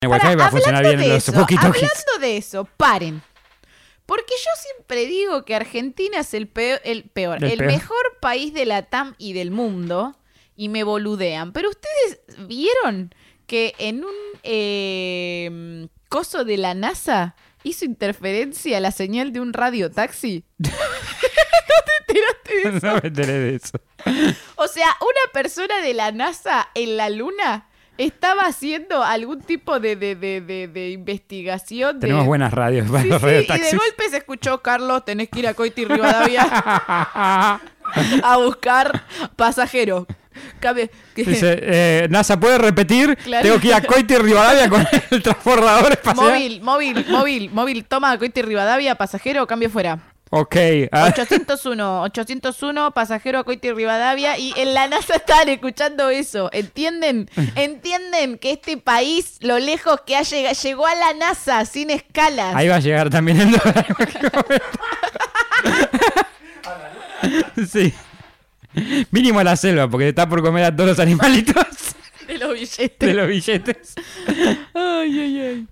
El Wi-Fi va a funcionar bien en los walkie-talkies. Hablando de eso, paren. Porque yo siempre digo que Argentina es el mejor país de la TAM y del mundo, y me boludean. Pero ustedes vieron que en un coso de la NASA hizo interferencia la señal de un radiotaxi. ¿No te enteraste de eso? No me enteré de eso. O sea, una persona de la NASA en la Luna estaba haciendo algún tipo de investigación. Tenemos buenas radios para los Y radiotaxis. de golpe se escuchó: Carlos, tenés que ir a Coiti Rivadavia a buscar pasajero. Dice, NASA, ¿puede repetir? Claro. Tengo que ir a Coiti Rivadavia con el transbordador espacial. Móvil, toma Coiti Rivadavia, pasajero, cambio fuera. Ok. 801, pasajero a Coiti Rivadavia, y en la NASA estaban escuchando eso. ¿Entienden? ¿Entienden que este país, lo lejos que llegó a la NASA sin escalas? Ahí va a llegar también el dólar. Sí. Mínimo a la selva, porque está por comer a todos los animalitos. De los billetes. De los billetes. Ay.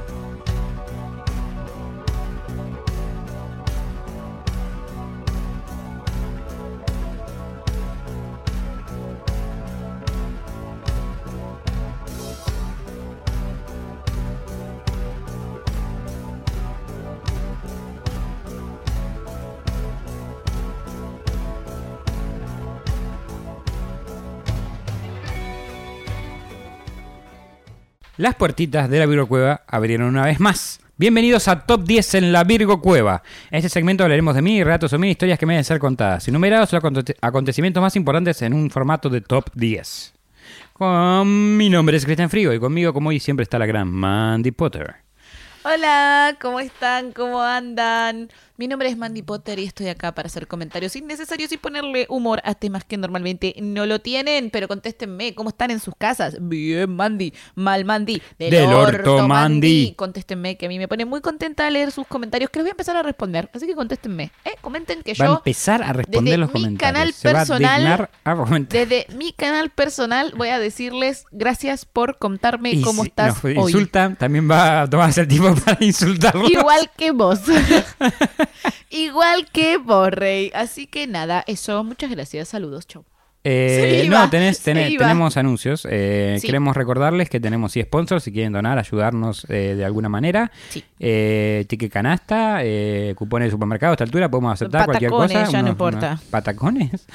Las puertitas de la Virgo Cueva abrieron una vez más. Bienvenidos a Top 10 en la Virgo Cueva. En este segmento hablaremos de mini relatos o mini historias que me deben ser contadas, enumerados los acontecimientos más importantes en un formato de Top 10. Mi nombre es Cristian Frigo y conmigo, como hoy, siempre está la gran Mandy Potter. Hola, ¿cómo están? ¿Cómo andan? Mi nombre es Mandy Potter y estoy acá para hacer comentarios innecesarios y ponerle humor a temas que normalmente no lo tienen. Pero contéstenme, ¿cómo están en sus casas? Bien, Mandy. Mal, Mandy. Del orto, Mandy. Contéstenme, que a mí me pone muy contenta leer sus comentarios, que les voy a empezar a responder. Así que contéstenme. Comenten que va yo... a empezar a responder los comentarios. Se va a dignar a comentar. Desde mi canal personal voy a decirles gracias por contarme y cómo si estás nos hoy. Insultan, también va a tomarse el tiempo para insultarlos. Igual que vos. Igual que vos, Rey. Así que nada, eso. Muchas gracias. Saludos. Chau. No, tenemos anuncios. Sí. Queremos recordarles que tenemos sponsors si quieren donar, ayudarnos de alguna manera. Sí. Ticket canasta, cupones de supermercado. A esta altura podemos aceptar cualquier cosa. Ya no importa. ¿Patacones?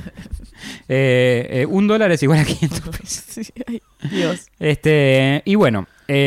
$1 es igual a 500 pesos. Sí, ay, Dios. Y bueno.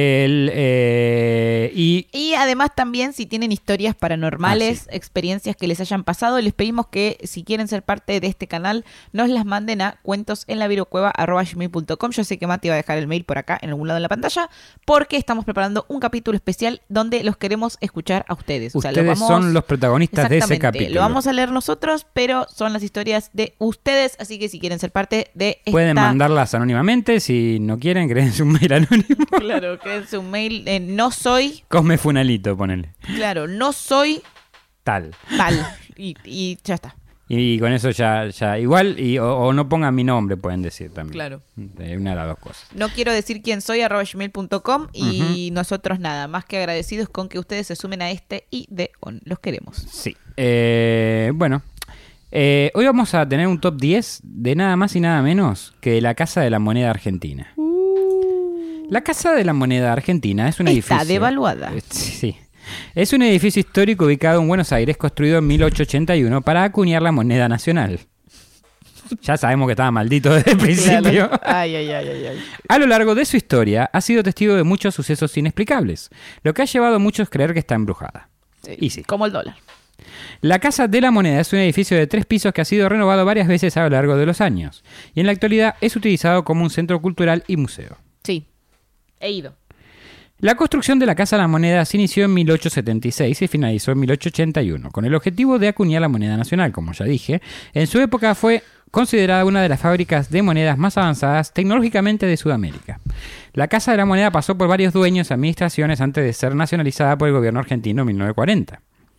Y además también, si tienen historias paranormales, experiencias que les hayan pasado, les pedimos que, si quieren ser parte de este canal, nos las manden a cuentosenlavirocueva@gmail.com. Yo sé que Mati va a dejar el mail por acá en algún lado de la pantalla, porque estamos preparando un capítulo especial donde los queremos escuchar a ustedes. Ustedes son los protagonistas de ese capítulo. Lo vamos a leer nosotros, pero son las historias de ustedes, así que si quieren ser parte de esta... Pueden mandarlas anónimamente, si no quieren, créense un mail anónimo. Claro, créense un mail, no soy... Cosme Funalito, ponele. Claro, no soy... Tal. Y ya está. Y con eso ya igual, o no pongan mi nombre, pueden decir también. Claro. Una de las dos cosas. No quiero decir quién soy, @gmail.com, y nosotros nada, más que agradecidos con que ustedes se sumen a este y los queremos. Sí. Bueno, hoy vamos a tener un top 10 de nada más y nada menos que la Casa de la Moneda Argentina. La Casa de la Moneda Argentina es un edificio... Está devaluada. Sí. Es un edificio histórico ubicado en Buenos Aires, construido en 1881 para acuñar la moneda nacional. Ya sabemos que estaba maldito desde el principio. Claro. Ay. A lo largo de su historia, ha sido testigo de muchos sucesos inexplicables, lo que ha llevado a muchos a creer que está embrujada. Sí, y sí. Como el dólar. La Casa de la Moneda es un edificio de 3 pisos que ha sido renovado varias veces a lo largo de los años, y en la actualidad es utilizado como un centro cultural y museo. Sí, he ido. La construcción de la Casa de la Moneda se inició en 1876 y finalizó en 1881, con el objetivo de acuñar la moneda nacional, como ya dije. En su época fue considerada una de las fábricas de monedas más avanzadas tecnológicamente de Sudamérica. La Casa de la Moneda pasó por varios dueños y administraciones antes de ser nacionalizada por el gobierno argentino en 1940.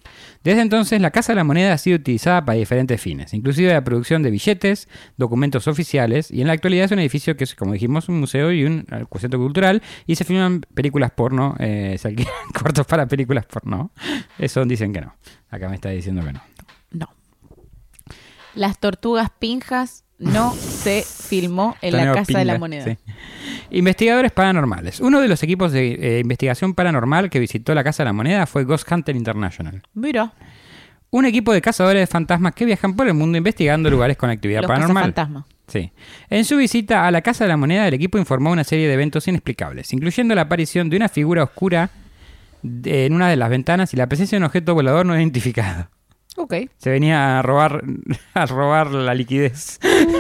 Desde entonces, la Casa de la Moneda ha sido utilizada para diferentes fines, inclusive la producción de billetes, documentos oficiales, y en la actualidad es un edificio que es, como dijimos, un museo y un centro cultural, y se filman películas porno, se alquilan cortos para películas porno. Eso dicen que no. Acá me está diciendo que no. No. Las tortugas pinjas no se filmó en la Casa de la Moneda. Sí. Investigadores paranormales. Uno de los equipos de investigación paranormal que visitó la Casa de la Moneda fue Ghost Hunter International. Mira. Un equipo de cazadores de fantasmas que viajan por el mundo investigando lugares con actividad paranormal. Fantasmas. Sí. En su visita a la Casa de la Moneda, el equipo informó una serie de eventos inexplicables, incluyendo la aparición de una figura oscura en una de las ventanas y la presencia de un objeto volador no identificado. Ok. Se venía a robar la liquidez.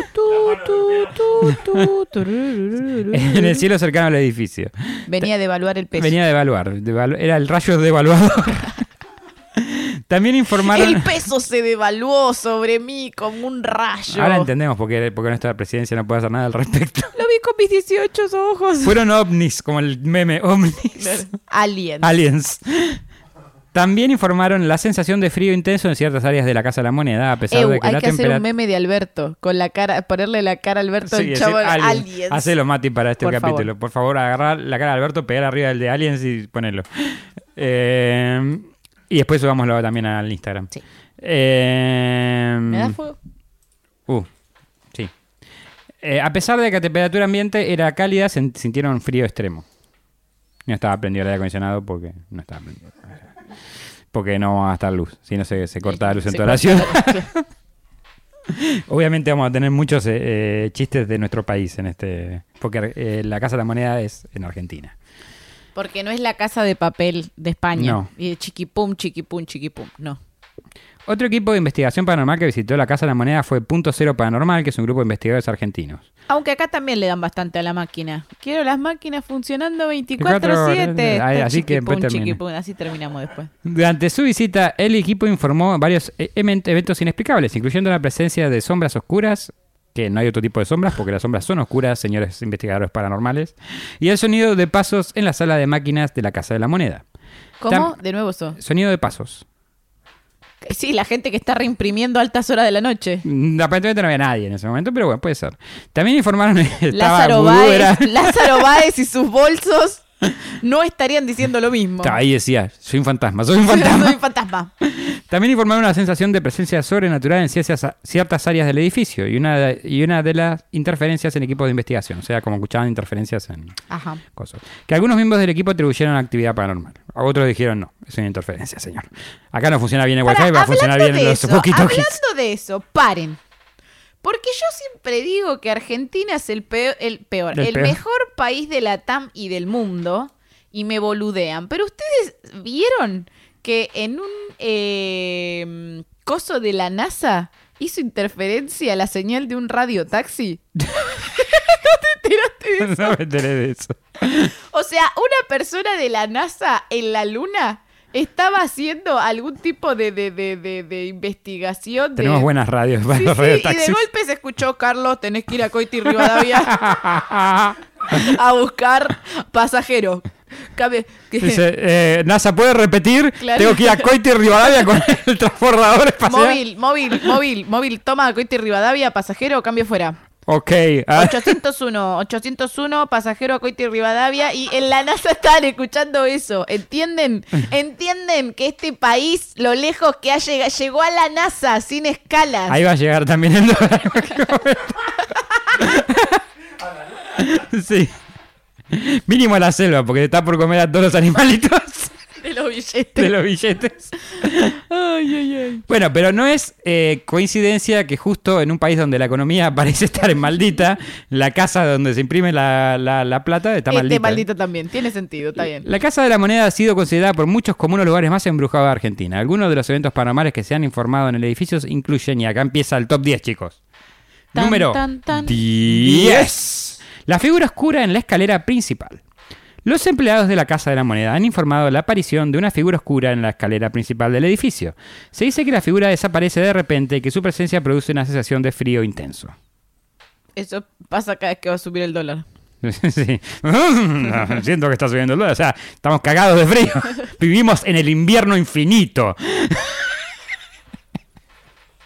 En el cielo cercano al edificio. Venía a devaluar el peso. Venía a devaluar. Era el rayo devaluador. También informaron... El peso se devaluó sobre mí como un rayo. Ahora entendemos por qué nuestra presidencia no puede hacer nada al respecto. Lo vi con mis 18 ojos. Fueron ovnis, como el meme ovnis. Aliens. También informaron la sensación de frío intenso en ciertas áreas de la Casa de la Moneda, a pesar de que hay que hacer un meme de Alberto, con la cara, ponerle la cara a Alberto sí, al chavo de Aliens. Hacelo, Mati, para este capítulo. Por favor, agarrar la cara de Alberto, pegar arriba del de Aliens y ponerlo. Y después subámoslo también al Instagram. Sí. ¿Me da fuego? Sí. A pesar de que la temperatura ambiente era cálida, sintieron frío extremo. No estaba prendido el aire acondicionado porque no estaba prendido. Porque no va a estar luz. Si no, se corta la luz en toda la ciudad. Obviamente vamos a tener muchos chistes de nuestro país en este... Porque la Casa de la Moneda es en Argentina. Porque no es la Casa de Papel de España. No. Y chiquipum, chiquipum, chiquipum. No. Otro equipo de investigación paranormal que visitó la Casa de la Moneda fue Punto Cero Paranormal, que es un grupo de investigadores argentinos. Aunque acá también le dan bastante a la máquina. Quiero las máquinas funcionando 24/7. Así que después así terminamos después. Durante su visita, el equipo informó varios eventos inexplicables, incluyendo la presencia de sombras oscuras, que no hay otro tipo de sombras porque las sombras son oscuras, señores investigadores paranormales, y el sonido de pasos en la sala de máquinas de la Casa de la Moneda. ¿Cómo? De nuevo eso. Sonido de pasos. Sí, la gente que está reimprimiendo a altas horas de la noche. Aparentemente no había nadie en ese momento, pero bueno, puede ser. También informaron que Lázaro Báez y sus bolsos no estarían diciendo lo mismo. Ahí decía, soy un fantasma, soy un fantasma. Soy un fantasma. También informaron una sensación de presencia sobrenatural en ciertas áreas del edificio y una de las interferencias en equipos de investigación. O sea, como escuchaban interferencias en cosas. Que algunos miembros del equipo atribuyeron a actividad paranormal. A otros dijeron, no, es una interferencia, señor. Acá no funciona bien el Wi-Fi, va a funcionar bien en los walkie-talkies. Hablando de eso, paren. Porque yo siempre digo que Argentina es el mejor país de la TAM y del mundo, y me boludean. Pero ustedes vieron que en un coso de la NASA hizo interferencia la señal de un radiotaxi. ¿No te enteraste de eso? No me enteré de eso. O sea, una persona de la NASA en la Luna estaba haciendo algún tipo de investigación. Tenemos buenas radios para los radiotaxis. Y de golpe se escuchó, Carlos, tenés que ir a Coiti Rivadavia a buscar pasajero. Dice, NASA, ¿puede repetir? Claro. Tengo que ir a Coiti Rivadavia con el transbordador espacial. Móvil, toma Coiti Rivadavia, pasajero, cambio fuera. Ok. 801, pasajero a Coiti Rivadavia, y en la NASA estaban escuchando eso. ¿Entienden? ¿Entienden que este país, lo lejos que llegó a la NASA sin escalas? Ahí va a llegar también el dólar. Sí. Mínimo a la selva, porque está por comer a todos los animalitos. De los billetes. Ay. Bueno, pero no es coincidencia que justo en un país donde la economía parece estar en maldita, la casa donde se imprime la plata está maldita. Maldito también, tiene sentido, está bien. La Casa de la Moneda ha sido considerada por muchos como uno de los lugares más embrujados de Argentina. Algunos de los eventos paranormales que se han informado en el edificio incluyen, y acá empieza el top 10, chicos. Número 10. La figura oscura en la escalera principal. Los empleados de la Casa de la Moneda han informado de la aparición de una figura oscura en la escalera principal del edificio. Se dice que la figura desaparece de repente y que su presencia produce una sensación de frío intenso. Eso pasa cada vez que va a subir el dólar. Sí. Siento que está subiendo el dólar. O sea, estamos cagados de frío. Vivimos en el invierno infinito.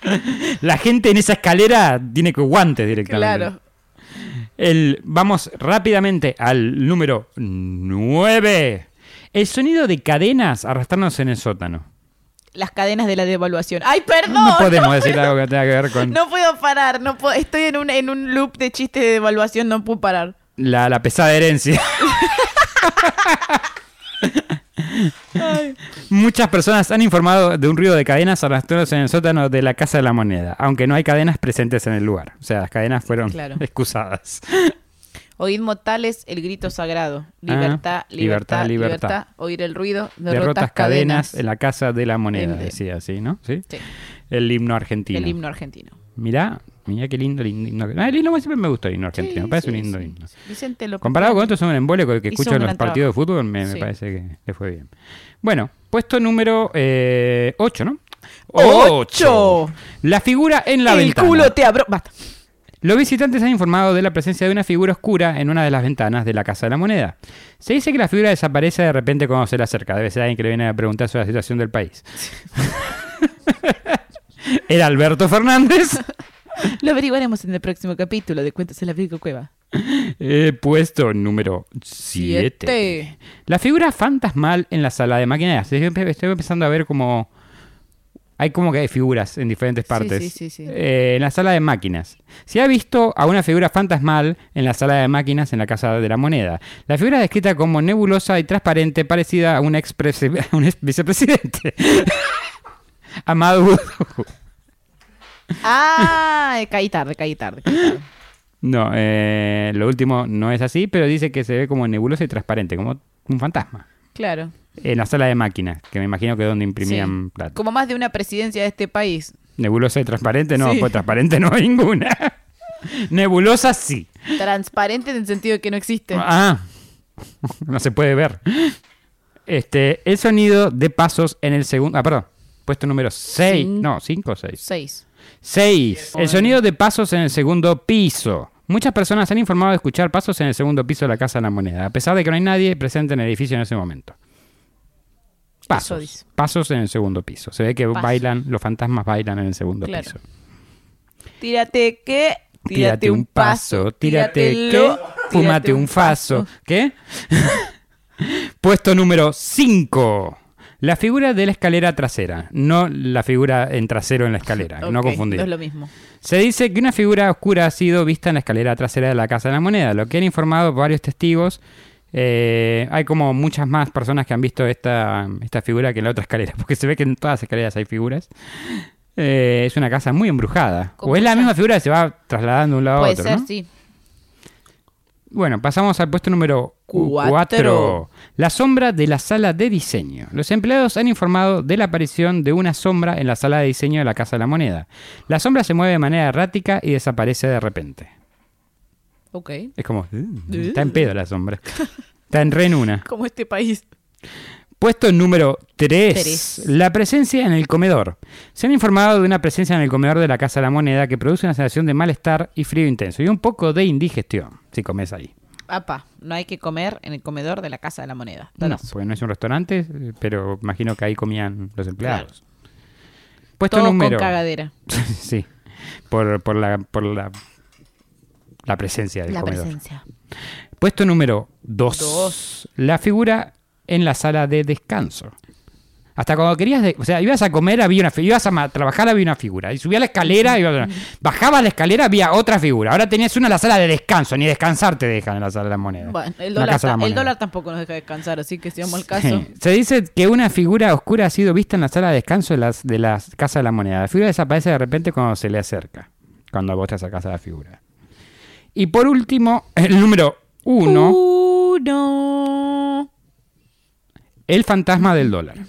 La gente en esa escalera tiene que guantes directamente. Claro. Vamos rápidamente al número 9. El sonido de cadenas arrastrándose en el sótano. Las cadenas de la devaluación. ¡Ay, perdón! No podemos decir algo que tenga que ver con... No puedo parar. Estoy en un loop de chistes de devaluación. No puedo parar. La pesada herencia. Muchas personas han informado de un ruido de cadenas arrastrándose en el sótano de la Casa de la Moneda, aunque no hay cadenas presentes en el lugar. O sea, las cadenas fueron excusadas. Oíd mortales el grito sagrado. Libertad, libertad, libertad. Oír el ruido de rotas cadenas en la Casa de la Moneda, decía así, ¿no? ¿Sí? Sí. El himno argentino. El himno argentino. Mirá qué lindo el himno. El himno siempre me gustó, el himno argentino. Me parece un lindo himno. Vicente López. Comparado con otros son un embole que escucho en los partidos de fútbol, me parece que le fue bien. Bueno, puesto número 8, ¿no? 8. La figura en la ventana. El culo te abro. Basta. Los visitantes han informado de la presencia de una figura oscura en una de las ventanas de la Casa de la Moneda. Se dice que la figura desaparece de repente cuando se le acerca. Debe ser alguien que le viene a preguntar sobre la situación del país. ¿Era Alberto Fernández? Lo averiguaremos en el próximo capítulo de Cuentos en la Virgo Cueva. Puesto número 7. La figura fantasmal en la sala de máquinas. Estoy empezando a ver como... Hay como que hay figuras en diferentes partes. Sí. En la sala de máquinas. Se ha visto a una figura fantasmal en la sala de máquinas en la Casa de la Moneda. La figura es descrita como nebulosa y transparente, parecida a un ex vicepresidente. Amado. Caí tarde. No, lo último no es así, pero dice que se ve como nebulosa y transparente, como un fantasma. Claro. En la sala de máquinas, que me imagino que es donde imprimían plata. Como más de una presidencia de este país. Nebulosa y transparente, no, pues transparente no hay ninguna. Nebulosa sí. Transparente en el sentido de que no existe. No se puede ver. El sonido de pasos en el segundo... puesto número 6. No, 5 o 6. 6. El sonido de pasos en el segundo piso. Muchas personas han informado de escuchar pasos en el segundo piso de la Casa de la Moneda, a pesar de que no hay nadie presente en el edificio en ese momento. Pasos en el segundo piso. Se ve que bailan, los fantasmas bailan en el segundo piso. Tírate un paso, fúmate un faso. ¿Qué? Puesto número 5. La figura de la escalera trasera, no la figura en trasero en la escalera, no confundir. No es lo mismo. Se dice que una figura oscura ha sido vista en la escalera trasera de la Casa de la Moneda, lo que han informado varios testigos. Hay como muchas más personas que han visto esta figura que en la otra escalera, porque se ve que en todas las escaleras hay figuras. Es una casa muy embrujada. O es la misma figura que se va trasladando de un lado a otro. Puede ser, ¿no? sí. Bueno, pasamos al puesto número 4. La sombra de la sala de diseño. Los empleados han informado de la aparición de una sombra en la sala de diseño de la Casa de la Moneda. La sombra se mueve de manera errática y desaparece de repente. Ok. Es como... está en pedo la sombra. Está en una. Como este país. Puesto número 3. La presencia en el comedor. Se han informado de una presencia en el comedor de la Casa de la Moneda que produce una sensación de malestar y frío intenso y un poco de indigestión si comes ahí. No hay que comer en el comedor de la Casa de la Moneda. No, porque no es un restaurante, pero imagino que ahí comían los empleados. Claro. Puesto todo número... con cagadera. Sí, por la presencia del comedor. Presencia. Puesto número 2. La figura en la sala de descanso. Hasta cuando querías... ibas a comer, había una figura. Ibas a trabajar, había una figura. Y subías la escalera, bajabas la escalera, había otra figura. Ahora tenías una en la sala de descanso. Ni descansar te dejan en la sala de la moneda. Bueno, el dólar tampoco nos deja descansar, así que si vamos al caso... Sí. Se dice que una figura oscura ha sido vista en la sala de descanso de la Casa de la Moneda. La figura desaparece de repente cuando se le acerca. Cuando vos te acercás a la figura. Y por último, el número 1... El fantasma del dólar.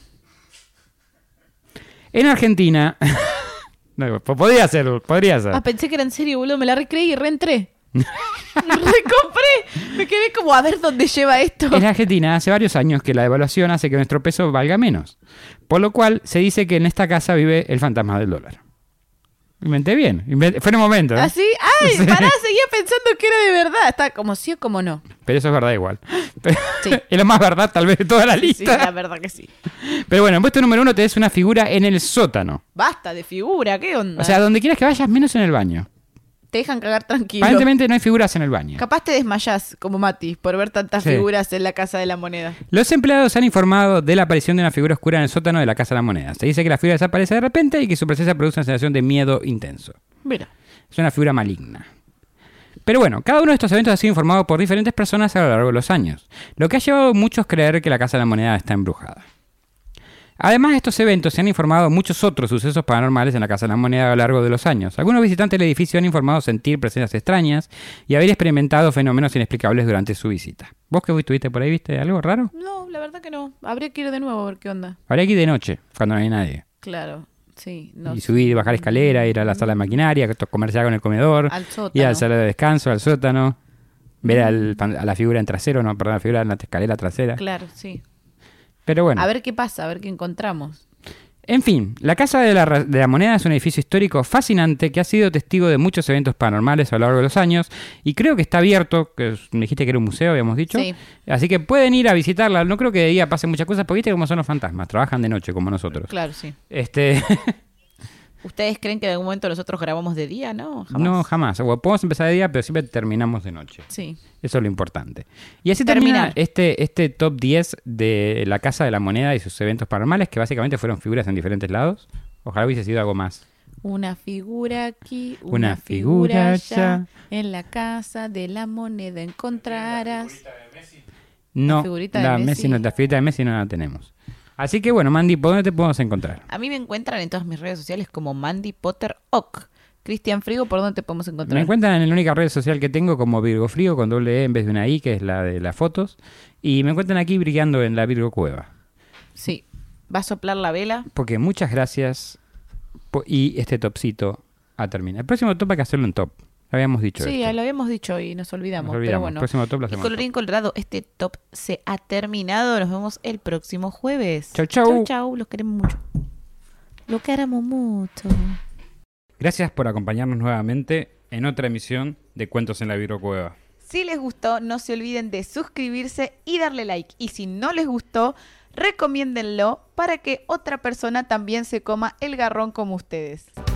En Argentina... no, podría ser. Pensé que era en serio, boludo. Me la recreí y reentré. Recompré. Me quedé como a ver dónde lleva esto. En Argentina hace varios años que la devaluación hace que nuestro peso valga menos. Por lo cual se dice que en esta casa vive el fantasma del dólar. Inventé bien. Fue en un momento. ¿Ah, sí? ¡Ay! Sí. Pará, seguía pensando que era de verdad. Está como sí o como no. Pero eso es verdad igual. Pero Sí. es lo más verdad tal vez de toda la Sí, lista. la verdad que sí. Pero bueno, en puesto número 1 tenés una figura en el sótano. Basta de figura, ¿qué onda? O sea, donde quieras que vayas, menos en el baño. Te dejan cagar tranquilo. Aparentemente no hay figuras en el baño. Capaz te desmayás, como Mati, por ver tantas Sí. figuras en la Casa de la Moneda. Los empleados han informado de la aparición de una figura oscura en el sótano de la Casa de la Moneda. Se dice que la figura desaparece de repente y que su presencia produce una sensación de miedo intenso. Mira. Es una figura maligna. Pero bueno, cada uno de estos eventos ha sido informado por diferentes personas a lo largo de los años, lo que ha llevado a muchos a creer que la Casa de la Moneda está embrujada. Además de estos eventos, se han informado muchos otros sucesos paranormales en la Casa de la Moneda a lo largo de los años. Algunos visitantes del edificio han informado sentir presencias extrañas y haber experimentado fenómenos inexplicables durante su visita. ¿Vos que estuviste por ahí, viste algo raro? No, la verdad que no. Habría que ir de nuevo a ver qué onda. Habría que ir de noche, cuando no hay nadie. Claro, sí. No Y sé. subir y bajar escalera, ir a la sala de maquinaria, comerciar con el comedor, Al sótano. ir a la sala de descanso, al sótano, ver a la figura en trasero, no, perdón, la figura en la escalera trasera. Claro, sí. Pero bueno. A ver qué pasa, a ver qué encontramos. En fin, la Casa de la Moneda es un edificio histórico fascinante que ha sido testigo de muchos eventos paranormales a lo largo de los años y creo que está abierto, que me dijiste que era un museo, habíamos dicho. Sí. Así que pueden ir a visitarla. No creo que de día pasen muchas cosas, porque viste cómo son los fantasmas, trabajan de noche como nosotros. Claro, sí. ¿Ustedes creen que en algún momento nosotros grabamos de día, no? Jamás. No, jamás. O podemos empezar de día, pero siempre terminamos de noche. Sí. Eso es lo importante. Y así termina este top 10 de la Casa de la Moneda y sus eventos paranormales, que básicamente fueron figuras en diferentes lados. Ojalá hubiese sido algo más. Una figura aquí, Una figura allá. En la Casa de la Moneda encontrarás. No, La figurita de la Messi. la figurita de Messi no la tenemos. Así que bueno, Mandy, ¿por dónde te podemos encontrar? A mí me encuentran en todas mis redes sociales como Mandy Potter Ock. Cristian Frigo, ¿por dónde te podemos encontrar? Me encuentran en la única red social que tengo como Virgo Frigo con doble E en vez de una I, que es la de las fotos. Y me encuentran aquí brillando en la Virgo Cueva. Sí. ¿Va a soplar la vela? Porque muchas gracias y este topcito ha terminado. El próximo top hay que hacerlo en top. Habíamos dicho Sí, esto. lo habíamos dicho y nos olvidamos. Nos olvidamos. Pero bueno, El próximo top lo y hacemos. colorín colorado, este top se ha terminado. Nos vemos el próximo jueves. Chau, chau. Chau, chau. Los queremos mucho. Los queremos mucho. Gracias por acompañarnos nuevamente en otra emisión de Cuentos en la Virgo Cueva. Si les gustó, no se olviden de suscribirse y darle like. Y si no les gustó, recomiéndenlo para que otra persona también se coma el garrón como ustedes.